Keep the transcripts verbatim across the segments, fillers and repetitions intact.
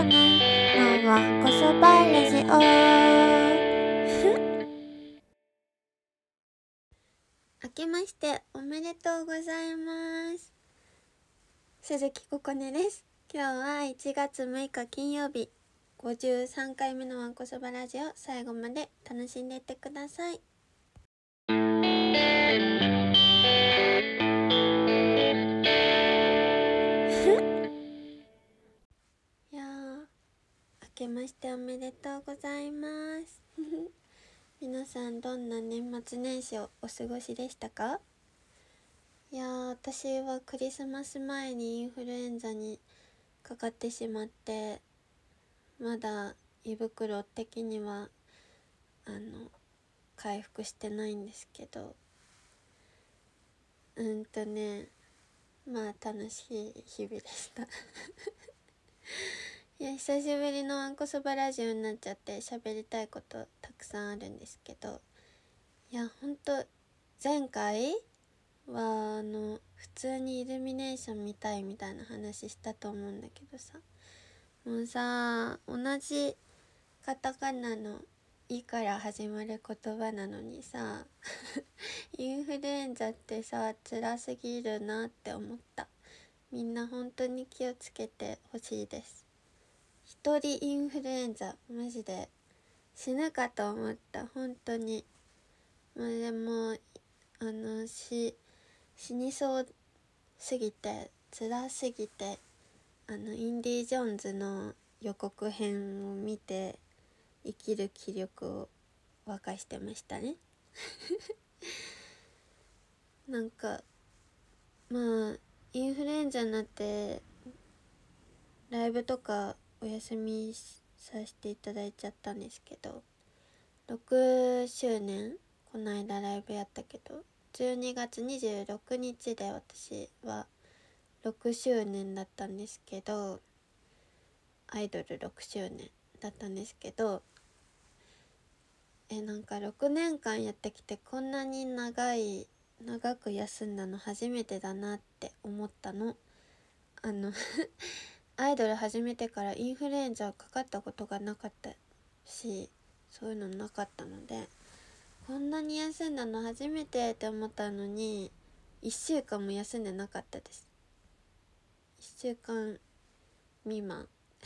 こねのわんこそばラジオ明けましておめでとうございます。鈴木ここねです。今日はいちがつむいか金曜日、ごじゅうさんかいめのわんこそばラジオ、最後まで楽しんでいってください。いやー、明けましておめでとうございます皆さんどんな年末年始をお過ごしでしたか？いやー、私はクリスマス前にインフルエンザにかかってしまって、まだ胃袋的にはあの回復してないんですけど、うんとねまあ楽しい日々でしたいや、久しぶりのわんこそばラジオになっちゃって喋りたいことたくさんあるんですけど、いやほんと前回はあの普通にイルミネーション見たいみたいな話したと思うんだけどさ、もうさ、同じカタカナの「い」から始まる言葉なのにさインフルエンザってさ辛すぎるなって思った。みんな本当に気をつけてほしいです。一人インフルエンザマジで死ぬかと思った。本当に。まあでもあのし死にそうすぎて辛すぎて、あのインディ・ジョーンズの予告編を見て生きる気力を沸かしてましたねなんかまあインフルエンザになってライブとかお休みさせていただいちゃったんですけど、ろくしゅうねんこの間ライブやったけど、じゅうにがつにじゅうろくにちで私はろくしゅうねんだったんですけど、アイドルろくしゅうねんだったんですけど、えなんかろくねんかんやってきてこんなに長い長く休んだの初めてだなって思ったの。あのアイドル始めてからインフルエンザかかったことがなかったし、そういうのなかったので、こんなに休んだの初めてって思ったのにいっしゅうかんも休んでなかったです。いっしゅうかん未満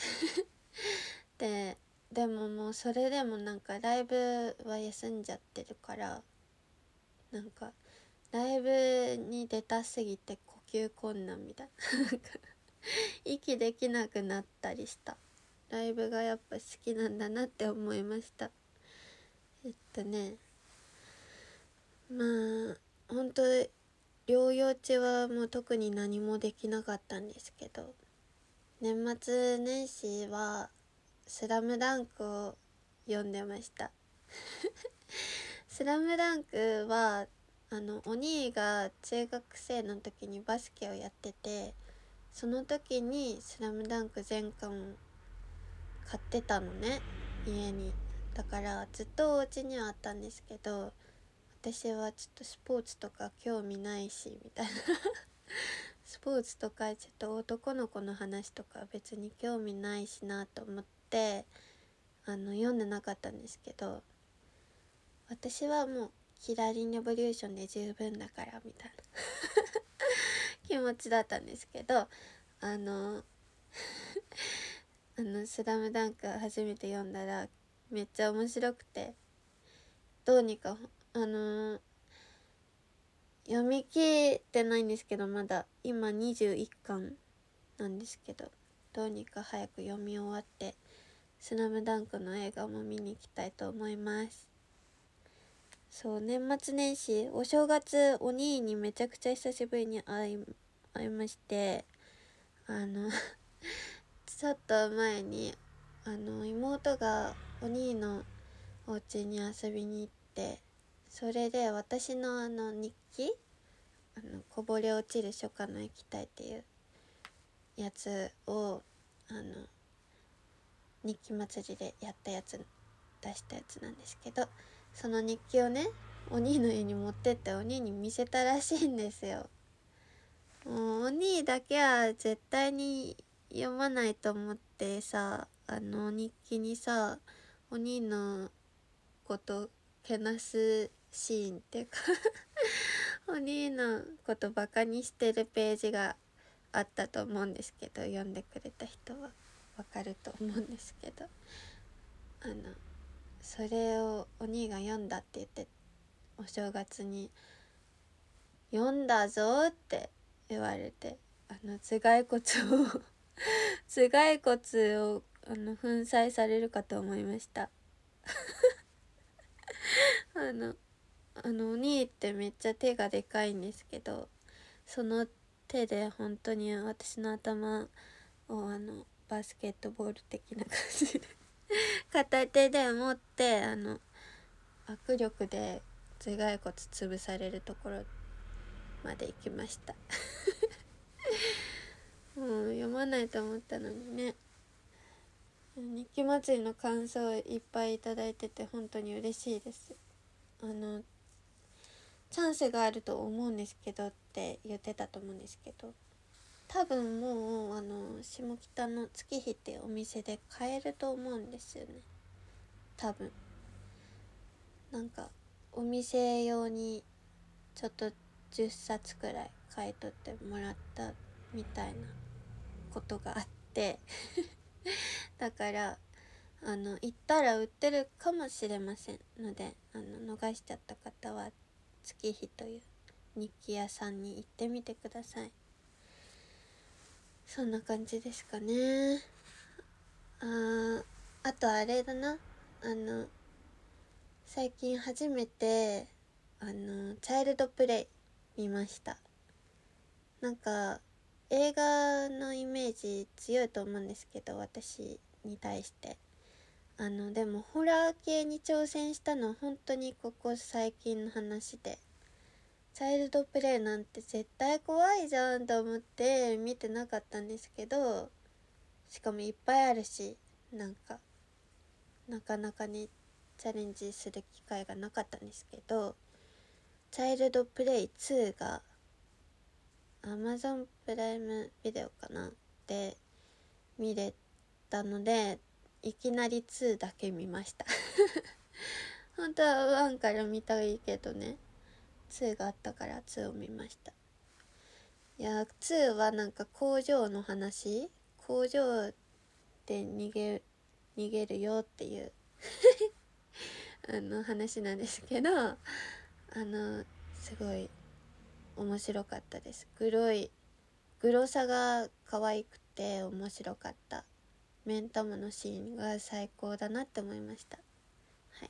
で、でももうそれでもなんかライブは休んじゃってるから、なんかライブに出たすぎて呼吸困難みたいな息できなくなったりした。ライブがやっぱ好きなんだなって思いました。えっとねまあ本当療養中はもう特に何もできなかったんですけど、年末年始はスラムダンクを読んでましたスラムダンクはあのお兄が中学生の時にバスケをやってて、その時にスラムダンク全巻買ってたのね、家に。だからずっとお家にはあったんですけど、私はちょっとスポーツとか興味ないしみたいなスポーツとかちょっと男の子の話とか別に興味ないしなと思ってあの読んでなかったんですけど、私はもうキラリンレボリューションで十分だからみたいな気持ちだったんですけど、あのあのスラムダンク初めて読んだらめっちゃ面白くて、どうにかあのー、読み切ってないんですけど、まだ今にじゅういっかんなんですけど、どうにか早く読み終わってスラムダンクの映画も見に行きたいと思います。そう、年末年始お正月お兄にめちゃくちゃ久しぶりに会い会いまして、あのちょっと前にあの妹がお兄のお家に遊びに行って、それで私のあの日記、あのこぼれ落ちる初夏の液体っていうやつをあの日記祭りでやったやつ出したやつなんですけど、その日記をねお兄の家に持ってってお兄に見せたらしいんですよ。もうお兄だけは絶対に読まないと思ってさ、あの日記にさお兄のことけなすシーンっていうかお兄のことバカにしてるページがあったと思うんですけど、読んでくれた人はわかると思うんですけど、あのそれをお兄が読んだって言って、お正月に「読んだぞ」って言われて、あの頭蓋骨を頭蓋骨をあの粉砕されるかと思いましたあのあのお兄ってめっちゃ手がでかいんですけど、その手で本当に私の頭をあのバスケットボール的な感じで片手で持って、あの握力で頭蓋骨潰されるところまで行きましたもう読まないと思ったのにね。日記祭りの感想いっぱいいただいてて本当に嬉しいです。あのチャンスがあると思うんですけどって言ってたと思うんですけど、多分もうあの下北の月日っていうお店で買えると思うんですよね。多分なんかお店用にちょっとじゅっさつくらい買い取ってもらったみたいなことがあってだからあの行ったら売ってるかもしれませんので、あの逃しちゃった方は月日という日記屋さんに行ってみてください。そんな感じですかね。ああとあれだな、あの最近初めてあのチャイルドプレイ見ました。なんか映画のイメージ強いと思うんですけど、私に対してあのでもホラー系に挑戦したのは本当にここ最近の話で、チャイルドプレイなんて絶対怖いじゃんと思って見てなかったんですけど、しかもいっぱいあるし、なんかなかなかねチャレンジする機会がなかったんですけど、チャイルドプレイツーが Amazon プライムビデオかなで見れたので、いきなりツーだけ見ました本当はワンから見たいけどね、ツーがあったからツーを見ました。いやツーはなんか工場の話、工場で逃げ逃げるよっていうあの話なんですけど、あのすごい面白かったです。グロいグロさが可愛くて面白かった。目ん玉のシーンが最高だなって思いました。はい、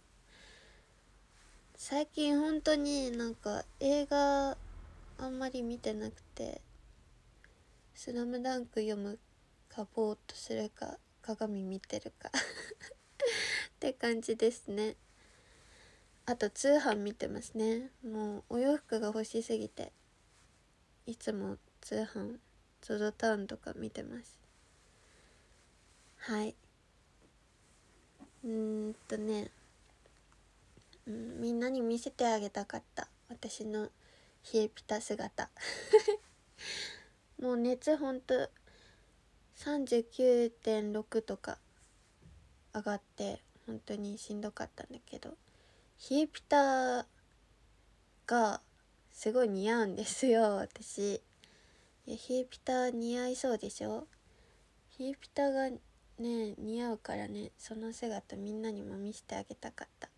最近本当になんか映画あんまり見てなくて、スラムダンク読むかぼーっとするか鏡見てるかって感じですね。あと通販見てますね。もうお洋服が欲しすぎていつも通販 ゾゾ タウンとか見てます。はい、うーんとね、うん、みんなに見せてあげたかった私の冷えピタ姿もう熱ほんと さんじゅうきゅうてんろく とか上がって本当にしんどかったんだけど、冷えピタがすごい似合うんですよ私。いや冷えピタ似合いそうでしょ。冷えピタがね似合うからね、その姿みんなにも見せてあげたかった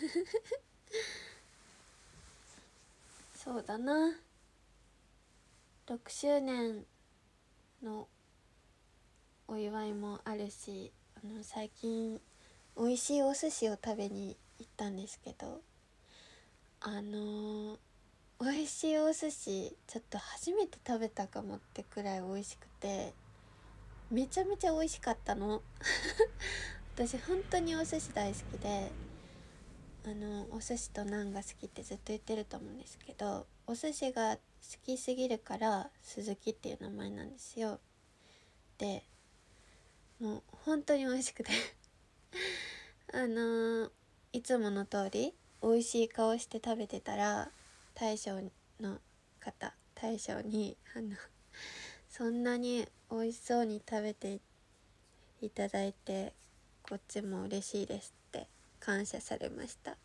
そうだな、ろくしゅうねんのお祝いもあるし、あの最近美味しいお寿司を食べに行ったんですけど、あのー、美味しいお寿司ちょっと初めて食べたかもってくらい美味しくて、めちゃめちゃ美味しかったの私本当にお寿司大好きで、あのお寿司とナンが好きってずっと言ってると思うんですけど、お寿司が好きすぎるから鈴木っていう名前なんですよ。でもう本当に美味しくてあのー、いつもの通り美味しい顔して食べてたら、大将の方大将にあのそんなに美味しそうに食べていただいて、こっちも嬉しいですって感謝されました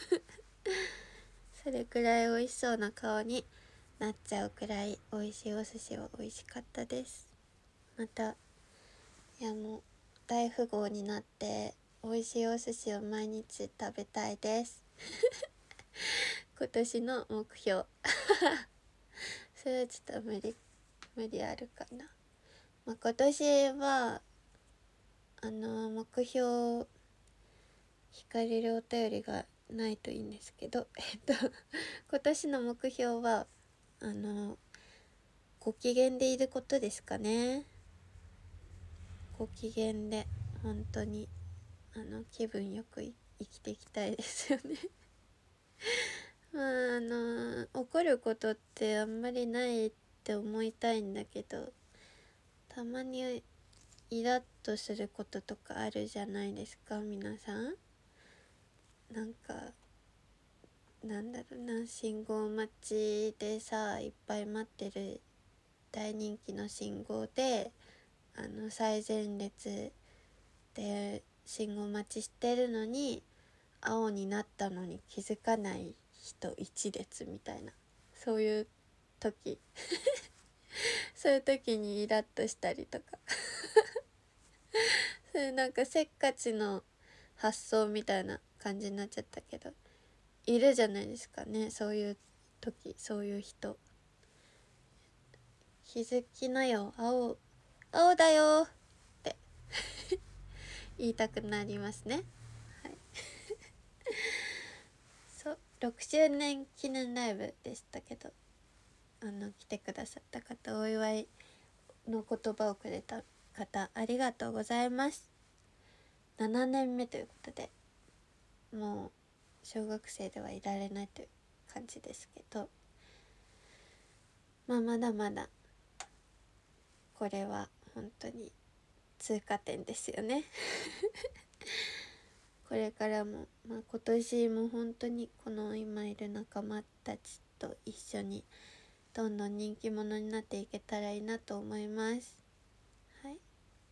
それくらい美味しそうな顔になっちゃうくらい美味しいお寿司は美味しかったです。また、いやもう大富豪になって美味しいお寿司を毎日食べたいです今年の目標それはちょっと無理無理あるかな。まあ、今年はあの目標聞かれるお便りがないといいんですけどえっと今年の目標はあのご機嫌でいることですかね。ご機嫌で本当にあの気分よく生きていきたいですよねまああの怒ることってあんまりないって思いたいんだけど、たまにイラッとすることとかあるじゃないですか皆さん。なんかなんだろうな、信号待ちでさいっぱい待ってる大人気の信号であの最前列で信号待ちしてるのに青になったのに気づかない人一列みたいな、そういう時そういう時にイラッとしたりとかそれなんかせっかちの発想みたいな感じになっちゃったけど、いるじゃないですかね、そういう時、そういう人。気づきなよ、青青だよって言いたくなりますね。はいそうろくしゅうねん記念ライブでしたけど、あの来てくださった方、お祝いの言葉をくれた方ありがとうございます。ななねんめということで、もう小学生ではいられないという感じですけど、まあまだまだこれは本当に通過点ですよねこれからも、まあ、今年も本当にこの今いる仲間たちと一緒にどんどん人気者になっていけたらいいなと思います。はい、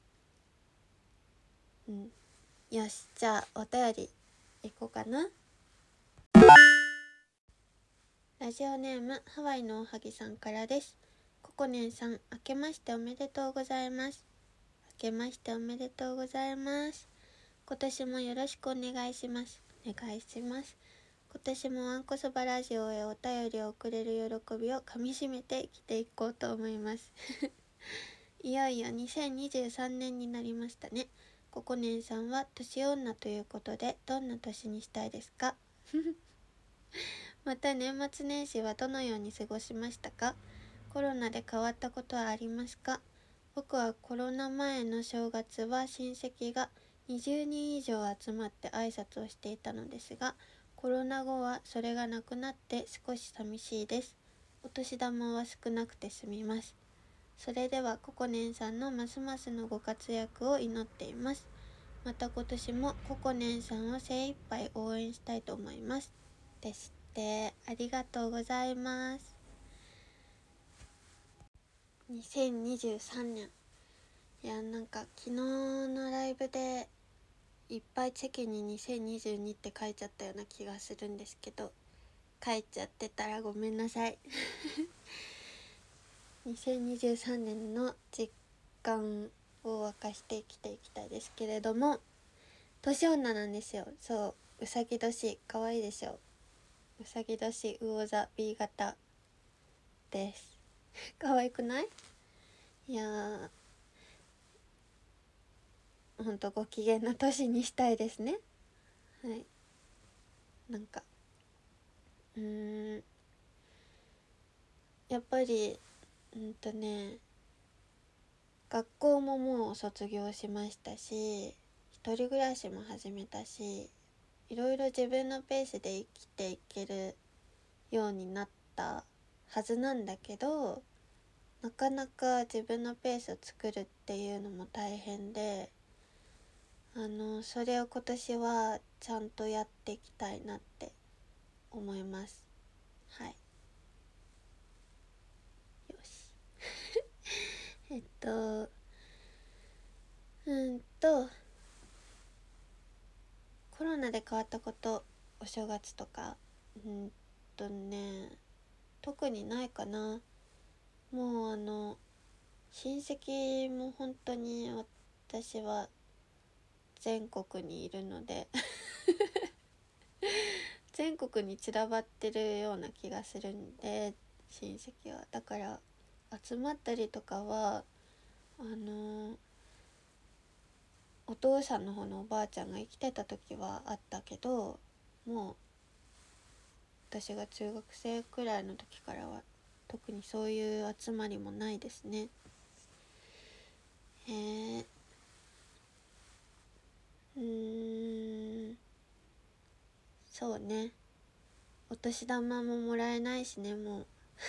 うん、よし、じゃあお便りいこうかな。ラジオネームハワイのおはぎさんからです。ココネンさん、明けましておめでとうございます。明けましておめでとうございます。今年もよろしくお願いします。お願いします。今年もわんこそばラジオへお便りを送れる喜びをかみしめて生きていこうと思いますいよいよにせんにじゅうさんねんになりましたね。ココネンさんは年女ということでどんな年にしたいですかまた年末年始はどのように過ごしましたか？コロナで変わったことはありますか？僕はコロナ前の正月は親戚がにじゅうにん以上集まって挨拶をしていたのですが、コロナ後はそれがなくなって少し寂しいです。お年玉は少なくて済みます。それではココネンさんのますますのご活躍を祈っています。また今年もココネンさんを精一杯応援したいと思います。ですって。ありがとうございます。にせんにじゅうさんねん、いやなんか昨日のライブでいっぱいチェキににせんにじゅうにって書いちゃったような気がするんですけど、書いちゃってたらごめんなさいにせんにじゅうさんねんの実感を明かして生きていきたいですけれども、年女なんですよ。そう、うさぎ年、かわいいでしょ。うさぎ年魚座 ビー 型です可愛くない？いやーほんとご機嫌な年にしたいですね。はい、なんかうーんやっぱりうんとね学校ももう卒業しましたし、一人暮らしも始めたし、いろいろ自分のペースで生きていけるようになったはずなんだけど、なかなか自分のペースを作るっていうのも大変で、あのそれを今年はちゃんとやっていきたいなって思います。はい、よしえっとうんとコロナで変わったこと、お正月とか、うんとね特にないかな。もうあの親戚も本当に私は全国にいるので全国に散らばってるような気がするんで、親戚はだから集まったりとかはあのお父さんの方のおばあちゃんが生きてた時はあったけど、もう私が中学生くらいの時からは特にそういう集まりもないですね。へえ。うーんそうね、お年玉ももらえないしね、もう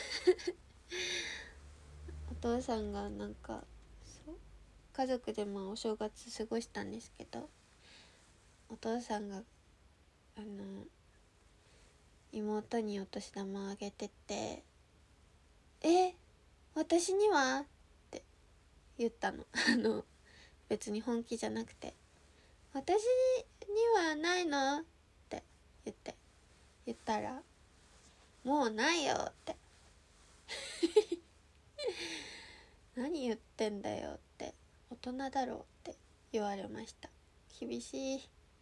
お父さんがなんかそう家族でまあお正月過ごしたんですけど、お父さんがあの妹にお年玉あげてて「え私には?」って言ったのあの別に本気じゃなくて「私にはないの?」って言って言ったら「もうないよ」って何言ってんだよって大人だろうって言われました。厳しい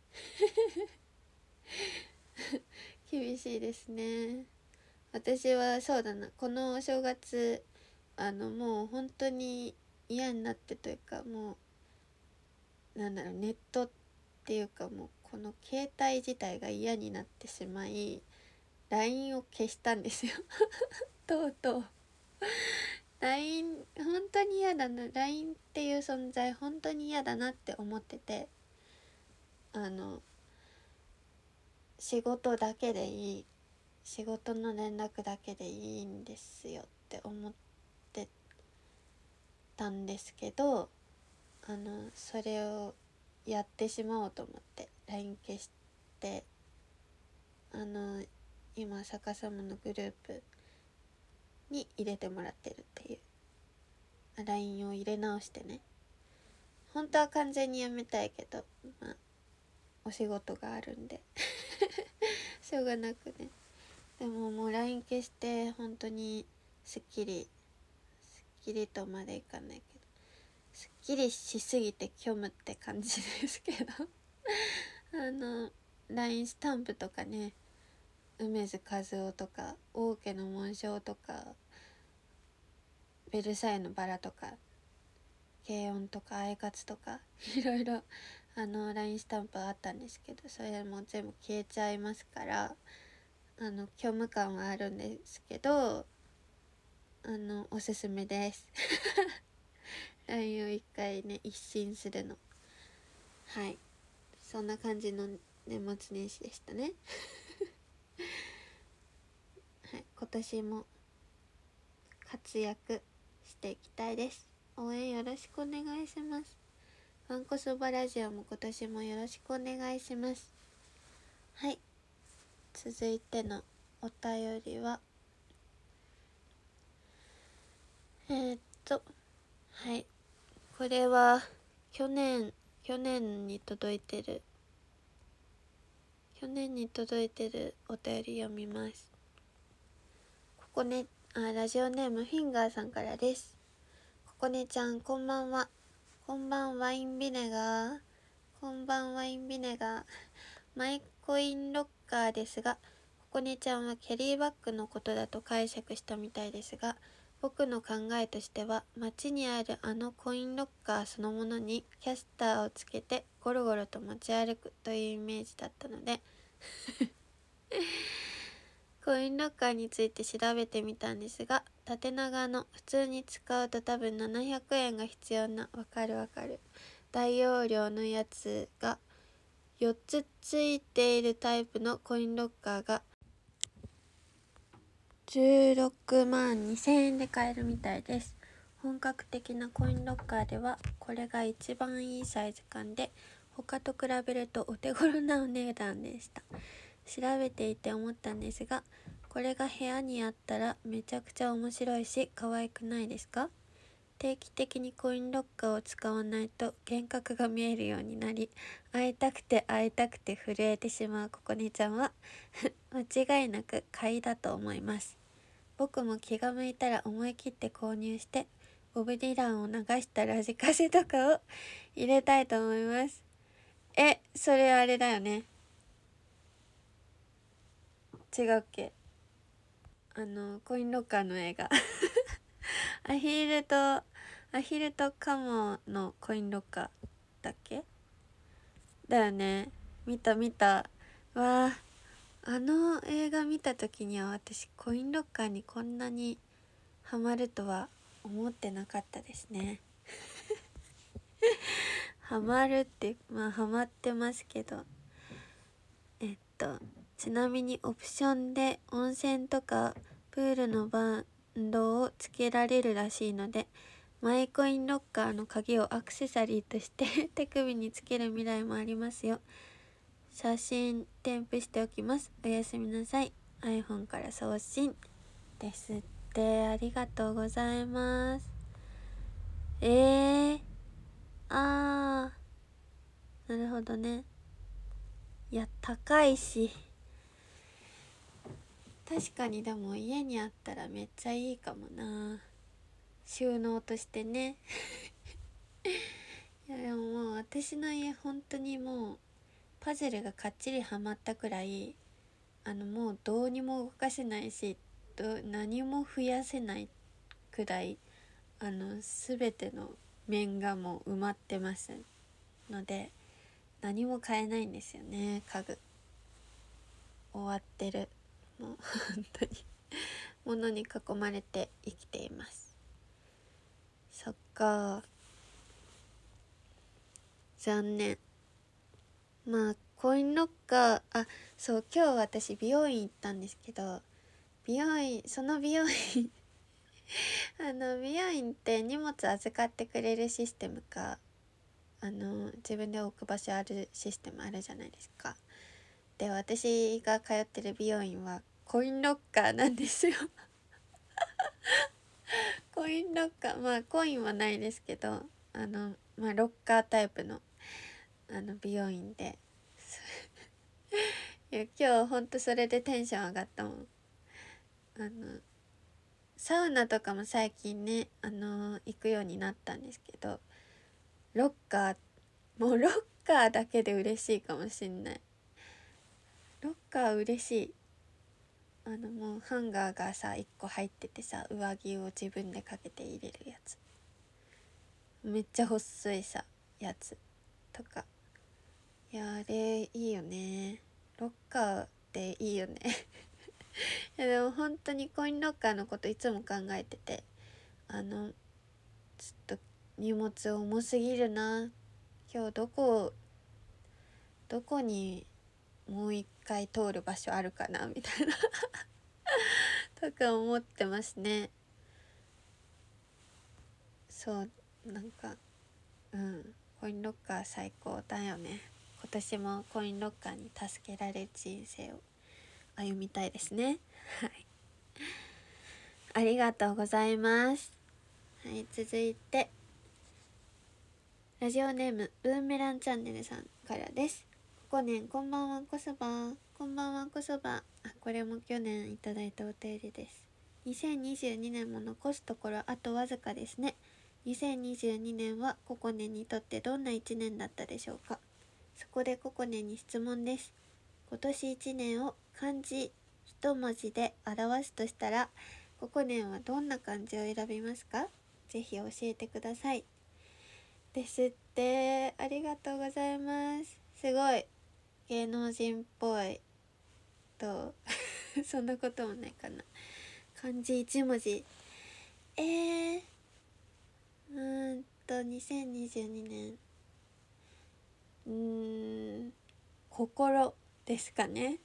厳しいですね。私はそうだな、このお正月あのもう本当に嫌になってというか、もうなんだろう、ネットっていうかもうこの携帯自体が嫌になってしまい ライン を消したんですよとうとうライン 本当に嫌だな、 ライン っていう存在本当に嫌だなって思ってて、あの仕事だけでいい、仕事の連絡だけでいいんですよって思ってたんですけど、あのそれをやってしまおうと思って ライン 消して、あの今逆さまのグループに入れてもらってるっていう ライン を入れ直してね。本当は完全にやめたいけど、まあお仕事があるんでしょうがなくね。でももう ライン 消して本当にすっきりすっきりとまでいかないけど、すっきりしすぎて虚無って感じですけどあの ライン スタンプとかね、梅津和夫とか王家の紋章とかベルサイユのバラとか軽音とかアイカツとかいろいろあの ライン スタンプあったんですけど、それも全部消えちゃいますから、あの虚無感はあるんですけど、あのおすすめですライン を一回ね一新するの。はい、そんな感じの年末年始でしたねはい、今年も活躍していきたいです。応援よろしくお願いします。わんこそばラジオも今年もよろしくお願いします。はい、続いてのお便りはえー、っとはいこれは去年去年に届いてる去年に届いてるお便り読みます。ここねあラジオネームフィンガーさんからです。ここねちゃんこんばんは。こんばんワインビネガーこんばんワインビネガーマイコインロッカーですが、ここねちゃんはキャリーバッグのことだと解釈したみたいですが、僕の考えとしては街にあるあのコインロッカーそのものにキャスターをつけてゴロゴロと持ち歩くというイメージだったのでコインロッカーについて調べてみたんですが、縦長の普通に使うと多分ななひゃくえんが必要な、わかるわかる大容量のやつがよっつついているタイプのコインロッカーがじゅうろくまんにせんえんで買えるみたいです。本格的なコインロッカーではこれが一番いいサイズ感で、他と比べるとお手頃なお値段でした。調べていて思ったんですが、これが部屋にあったらめちゃくちゃ面白いし可愛くないですか？ 定期的にコインロッカーを使わないと幻覚が見えるようになり、会いたくて会いたくて震えてしまうここねちゃんは間違いなく買いだと思います。僕も気が向いたら思い切って購入してボブ・ディランを流したラジカセとかを入れたいと思います。え、それあれだよね。違うっけ、あのコインロッカーの映画アヒルとアヒルとカモのコインロッカーだっけだよね。見た見た。わあ、あの映画見た時には私コインロッカーにこんなにハマるとは思ってなかったですねハマるってまあハマってますけど、えっとちなみにオプションで温泉とかプールのバンドをつけられるらしいので、マイコインロッカーの鍵をアクセサリーとして手首につける未来もありますよ。写真添付しておきます。おやすみなさい。 iPhone から送信ですって。ありがとうございます。えー、あー、なるほどね。いや高いし、確かに。でも家にあったらめっちゃいいかもな、収納としてねいやでももう私の家本当にもうパズルがかっちりはまったくらい、あのもうどうにも動かせないし、ど何も増やせないくらい、あの全ての面がもう埋まってますので、何も買えないんですよね。家具終わってる、もう本当に物に囲まれて生きています。そっか、残念。まあコインロッカー、あ、そう今日私美容院行ったんですけど、美容院その美容院あの美容院って荷物預かってくれるシステムか、あの自分で置く場所あるシステムあるじゃないですか。で私が通ってる美容院はコインロッカーなんですよコインロッカー、まあコインはないですけど、あのまあロッカータイプのあの美容院でいや今日ほんとそれでテンション上がったもん。あのサウナとかも最近ね、あの行くようになったんですけど、ロッカー、もうロッカーだけで嬉しいかもしんない。ロッカー嬉しい。あのもうハンガーがさいっこ入っててさ、上着を自分でかけて入れるやつ、めっちゃ細いさやつとか、いやあれいいよね。ロッカーっていいよねいやでも本当にコインロッカーのこといつも考えてて、あのちょっと荷物重すぎるな、今日どこどこにもう一回通る場所あるかなみたいなとか思ってますね。そうなんかうんコインロッカー最高だよね。今年もコインロッカーに助けられる人生を歩みたいですね。はい、ありがとうございます。はい、続いてラジオネームブーメランチャンネルさんからです。ここねんこんばんはこそば、こんばんはこそば。あ、これも去年いただいたお便りです。にせんにじゅうにねんも残すところあとわずかですね。にせんにじゅうにねんはココネにとってどんないちねんだったでしょうか。そこでココネに質問です。今年いちねんを漢字一文字で表すとしたら、ココネはどんな漢字を選びますか。ぜひ教えてください。ですって。ありがとうございます。すごい芸能人っぽいとそんなこともないかな。漢字一文字、えー、うーんとにせんにじゅうにねん、うーん心ですかね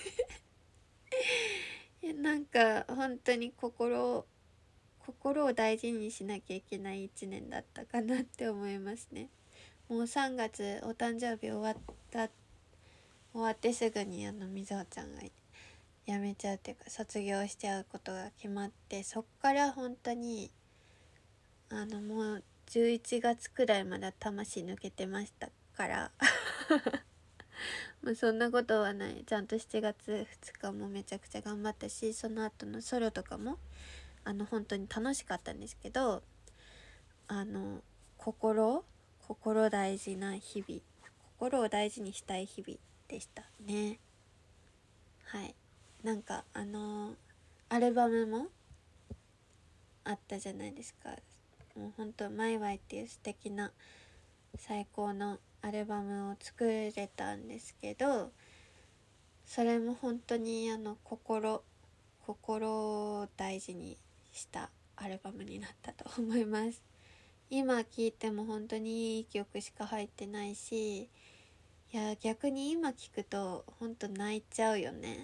いやなんか本当に心心を大事にしなきゃいけないいちねんだったかなって思いますね。もうさんがつお誕生日終わった終わってすぐにあのみぞおちゃんが辞めちゃうっていうか卒業しちゃうことが決まって、そっから本当にあのもうじゅういちがつくらいまで魂抜けてましたからまあそんなことはない。ちゃんとしちがつふつかもめちゃくちゃ頑張ったし、その後のソロとかもあの本当に楽しかったんですけど、あの心心大事な日々、心を大事にしたい日々でしたね。はい。なんかあのアルバムもあったじゃないですか。もうほんとマイワイっていう素敵な最高のアルバムを作れたんですけど、それも本当にあの心心を大事にしたアルバムになったと思います。今聴いても本当にいい曲しか入ってないし、いや逆に今聴くと本当泣いちゃうよね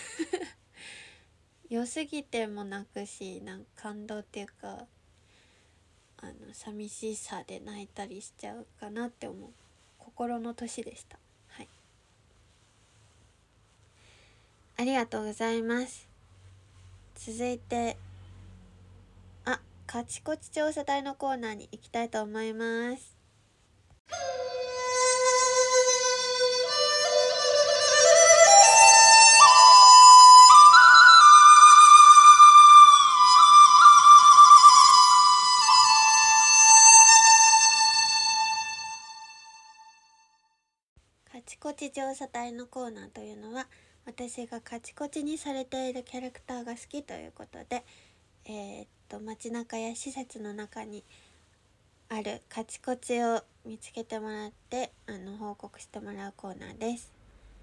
良すぎても泣くし、なんか感動っていうかあの寂しさで泣いたりしちゃうかなって思う心の年でした。はい、ありがとうございます。続いてあカチコチ調査隊のコーナーに行きたいと思います。カチコチ調査隊のコーナーというのは、私がカチコチにされているキャラクターが好きということで、えー、っと街中や施設の中にあるカチコチを見つけてもらってあの報告してもらうコーナーです。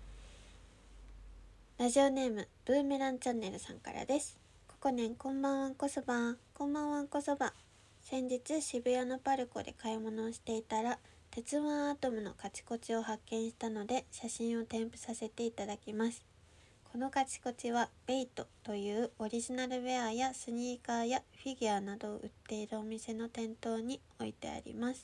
ラジオネームブーメランチャンネルさんからです。ここねんこんばんはんこそば、こんばんはんこそば。先日渋谷のパルコで買い物をしていたら鉄腕アトムのカチコチを発見したので写真を添付させていただきます。このカチコチはベイトというオリジナルウェアやスニーカーやフィギュアなどを売っているお店の店頭に置いてあります。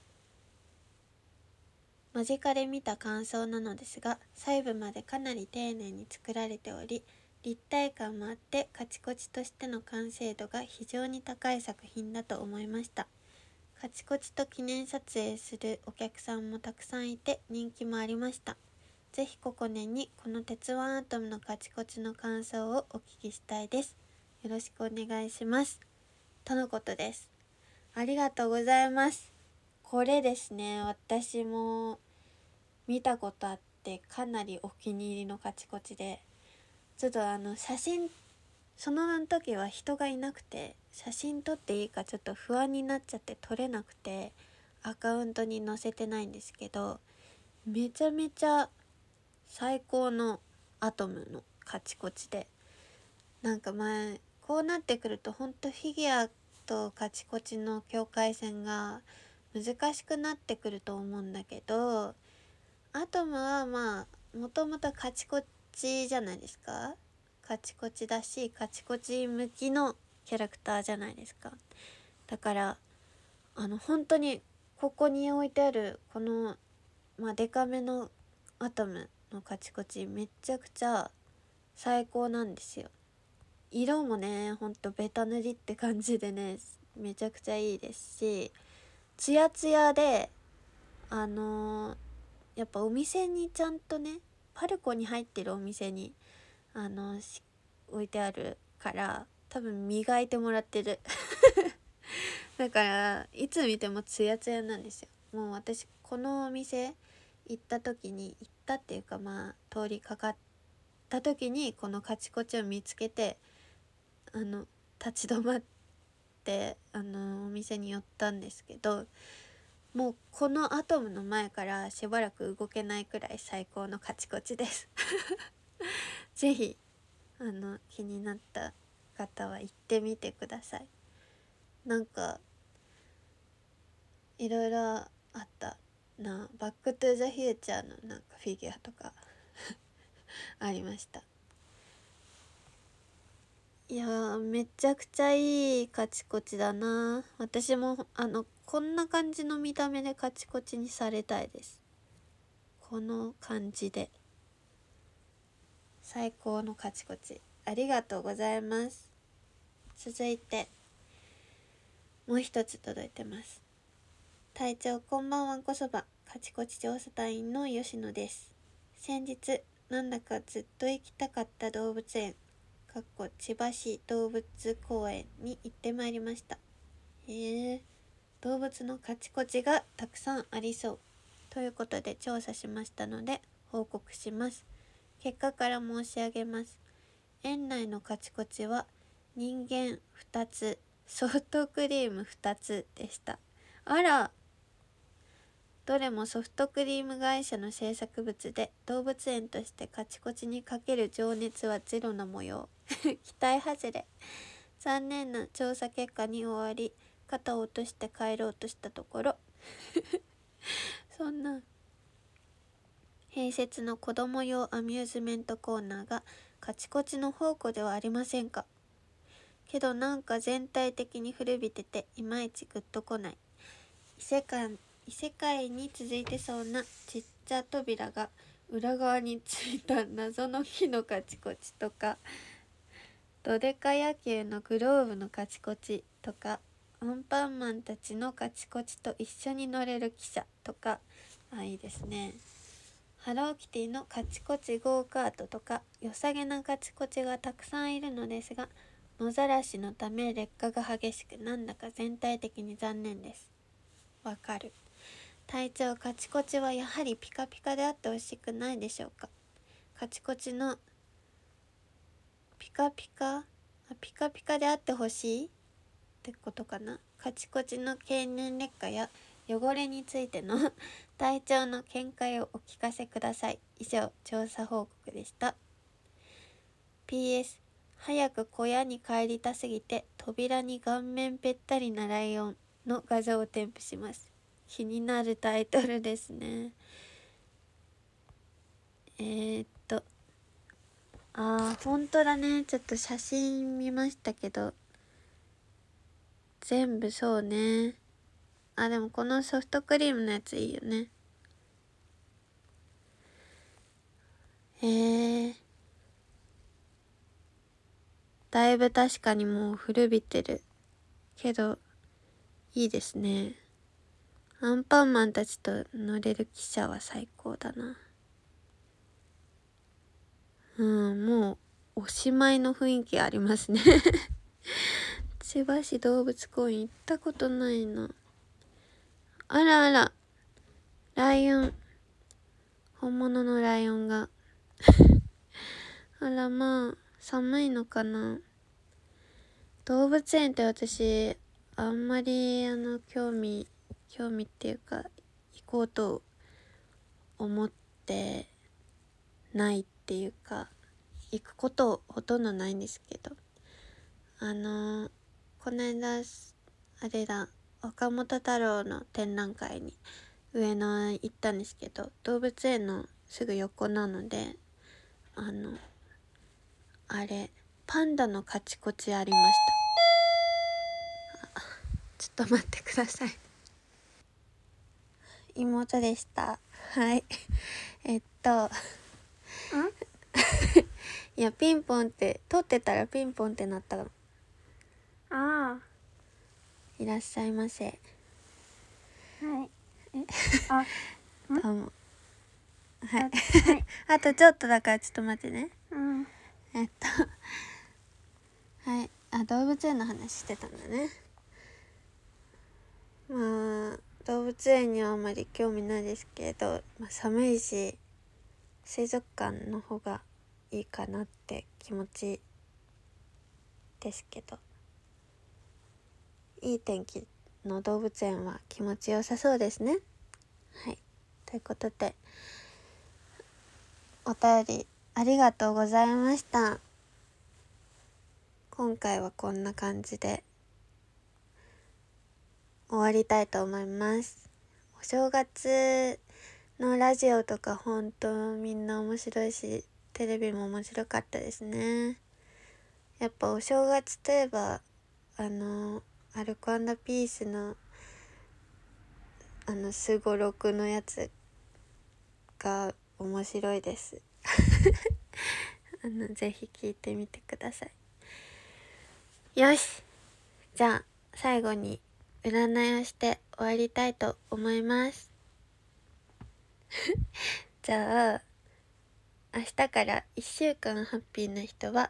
間近で見た感想なのですが、細部までかなり丁寧に作られており、立体感もあってカチコチとしての完成度が非常に高い作品だと思いました。カチコチと記念撮影するお客さんもたくさんいて人気もありました。ぜひここねんにこの鉄腕アトムのカチコチの感想をお聞きしたいです。よろしくお願いします。とのことです。ありがとうございます。これですね、私も見たことあってかなりお気に入りのカチコチで、ちょっとあの写真その時は人がいなくて写真撮っていいかちょっと不安になっちゃって撮れなくてアカウントに載せてないんですけど、めちゃめちゃ最高のアトムのカチコチで、なんか前こうなってくるとほんとフィギュアとカチコチの境界線が難しくなってくると思うんだけど、アトムはまあもともとカチコチじゃないですか。カチコチだしカチコチ向きのキャラクターじゃないですか。だからあの本当にここに置いてあるこのまあデカめのアトムのカチコチめっちゃくちゃ最高なんですよ。色もねほんとベタ塗りって感じでねめちゃくちゃいいですし、ツヤツヤであのー、やっぱお店にちゃんとねパルコに入ってるお店にあの置いてあるから多分磨いてもらってるだからいつ見てもツヤツヤなんですよ。もう私このお店行った時に行ったっていうかまあ通りかかった時にこのカチコチを見つけてあの立ち止まってあのお店に寄ったんですけど、もうこのアトムの前からしばらく動けないくらい最高のカチコチですぜひあの気になった方は行ってみてください。なんかいろいろあったな。バックトゥザフューチャーのなんかフィギュアとかありました。いやーめちゃくちゃいいカチコチだな。私もあのこんな感じの見た目でカチコチにされたいです。この感じで最高のカチコチありがとうございます。続いてもう一つ届いてます。隊長こんばんは、こそばカチコチ調査隊員の吉野です。先日なんだかずっと行きたかった動物園かっこ千葉市動物公園に行ってまいりました。へえ、動物のカチコチがたくさんありそうということで調査しましたので報告します。結果から申し上げます。園内のカチコチは人間ふたつ、ソフトクリームふたつでした。あら、どれもソフトクリーム会社の制作物で、動物園としてカチコチにかける情熱はゼロな模様。期待外れ。残念な調査結果に終わり、肩を落として帰ろうとしたところそんな併設の子供用アミューズメントコーナーがカチコチの宝庫ではありませんか。けどなんか全体的に古びてていまいちグッとこない。異世界異世界に続いてそうなちっちゃ扉が裏側についた謎の木のカチコチとか、ドデカ野球のグローブのカチコチとか、アンパンマンたちのカチコチと一緒に乗れる汽車とか、あ、いいですね。ハローキティのカチコチゴーカートとか、良さげなカチコチがたくさんいるのですが、野ざらしのため劣化が激しく、なんだか全体的に残念です。わかる。隊長、カチコチはやはりピカピカであってほしくないでしょうか。カチコチのピカピカあピカピカであってほしいってことかな。カチコチの経年劣化や汚れについての隊長の見解をお聞かせください。以上、調査報告でした。 ピーエス 早く小屋に帰りたすぎて扉に顔面ぺったりなライオンの画像を添付します。気になるタイトルですね。えー、っとあーほんとだね。ちょっと写真見ましたけど全部そうね。あ、でもこのソフトクリームのやついいよね。へえ、だいぶ確かにもう古びてるけどいいですね。アンパンマンたちと乗れる汽車は最高だな。うん、もうおしまいの雰囲気ありますね千葉市動物公園行ったことないな。あらあら、ライオン、本物のライオンがあら、まあ寒いのかな。動物園って私あんまりあの興味興味っていうか行こうと思ってないっていうか、行くことほとんどないんですけど、あのこの間あれだ、岡本太郎の展覧会に上野行ったんですけど、動物園のすぐ横なので、あのあれパンダのカチコチありました。ちょっと待ってください。妹でした。はいえっといやピンポンって撮ってたらピンポンってなったの。 あいらっしゃいませ。 あ、はい。え、あ、 どうも。はい。 はい。 あとちょっとだからちょっと待ってね。 うん。 えっとはい、あ、動物園の話してたんだね。まあ動物園にはあまり興味ないですけど、まあ、寒いし水族館の方がいいかなって気持ちですけど、いい天気の動物園は気持ちよさそうですね。はい、ということでお便りありがとうございました。今回はこんな感じで終わりたいと思います。お正月のラジオとか本当みんな面白いし、テレビも面白かったですね。やっぱお正月といえばあのアルコ&ピースのあのすごろくのやつが面白いですあのぜひ聞いてみてください。よし、じゃあ最後に占いをして終わりたいと思いますじゃあ明日からいっしゅうかんハッピーな人は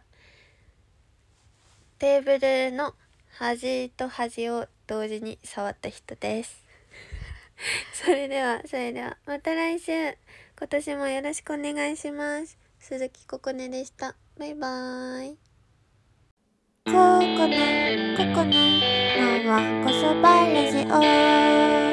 テーブルの端と端を同時に触った人ですそれではそれではまた来週、今年もよろしくお願いします。鈴木ここねでした。バイバーイ。ここねここねのわんこそばラジオ。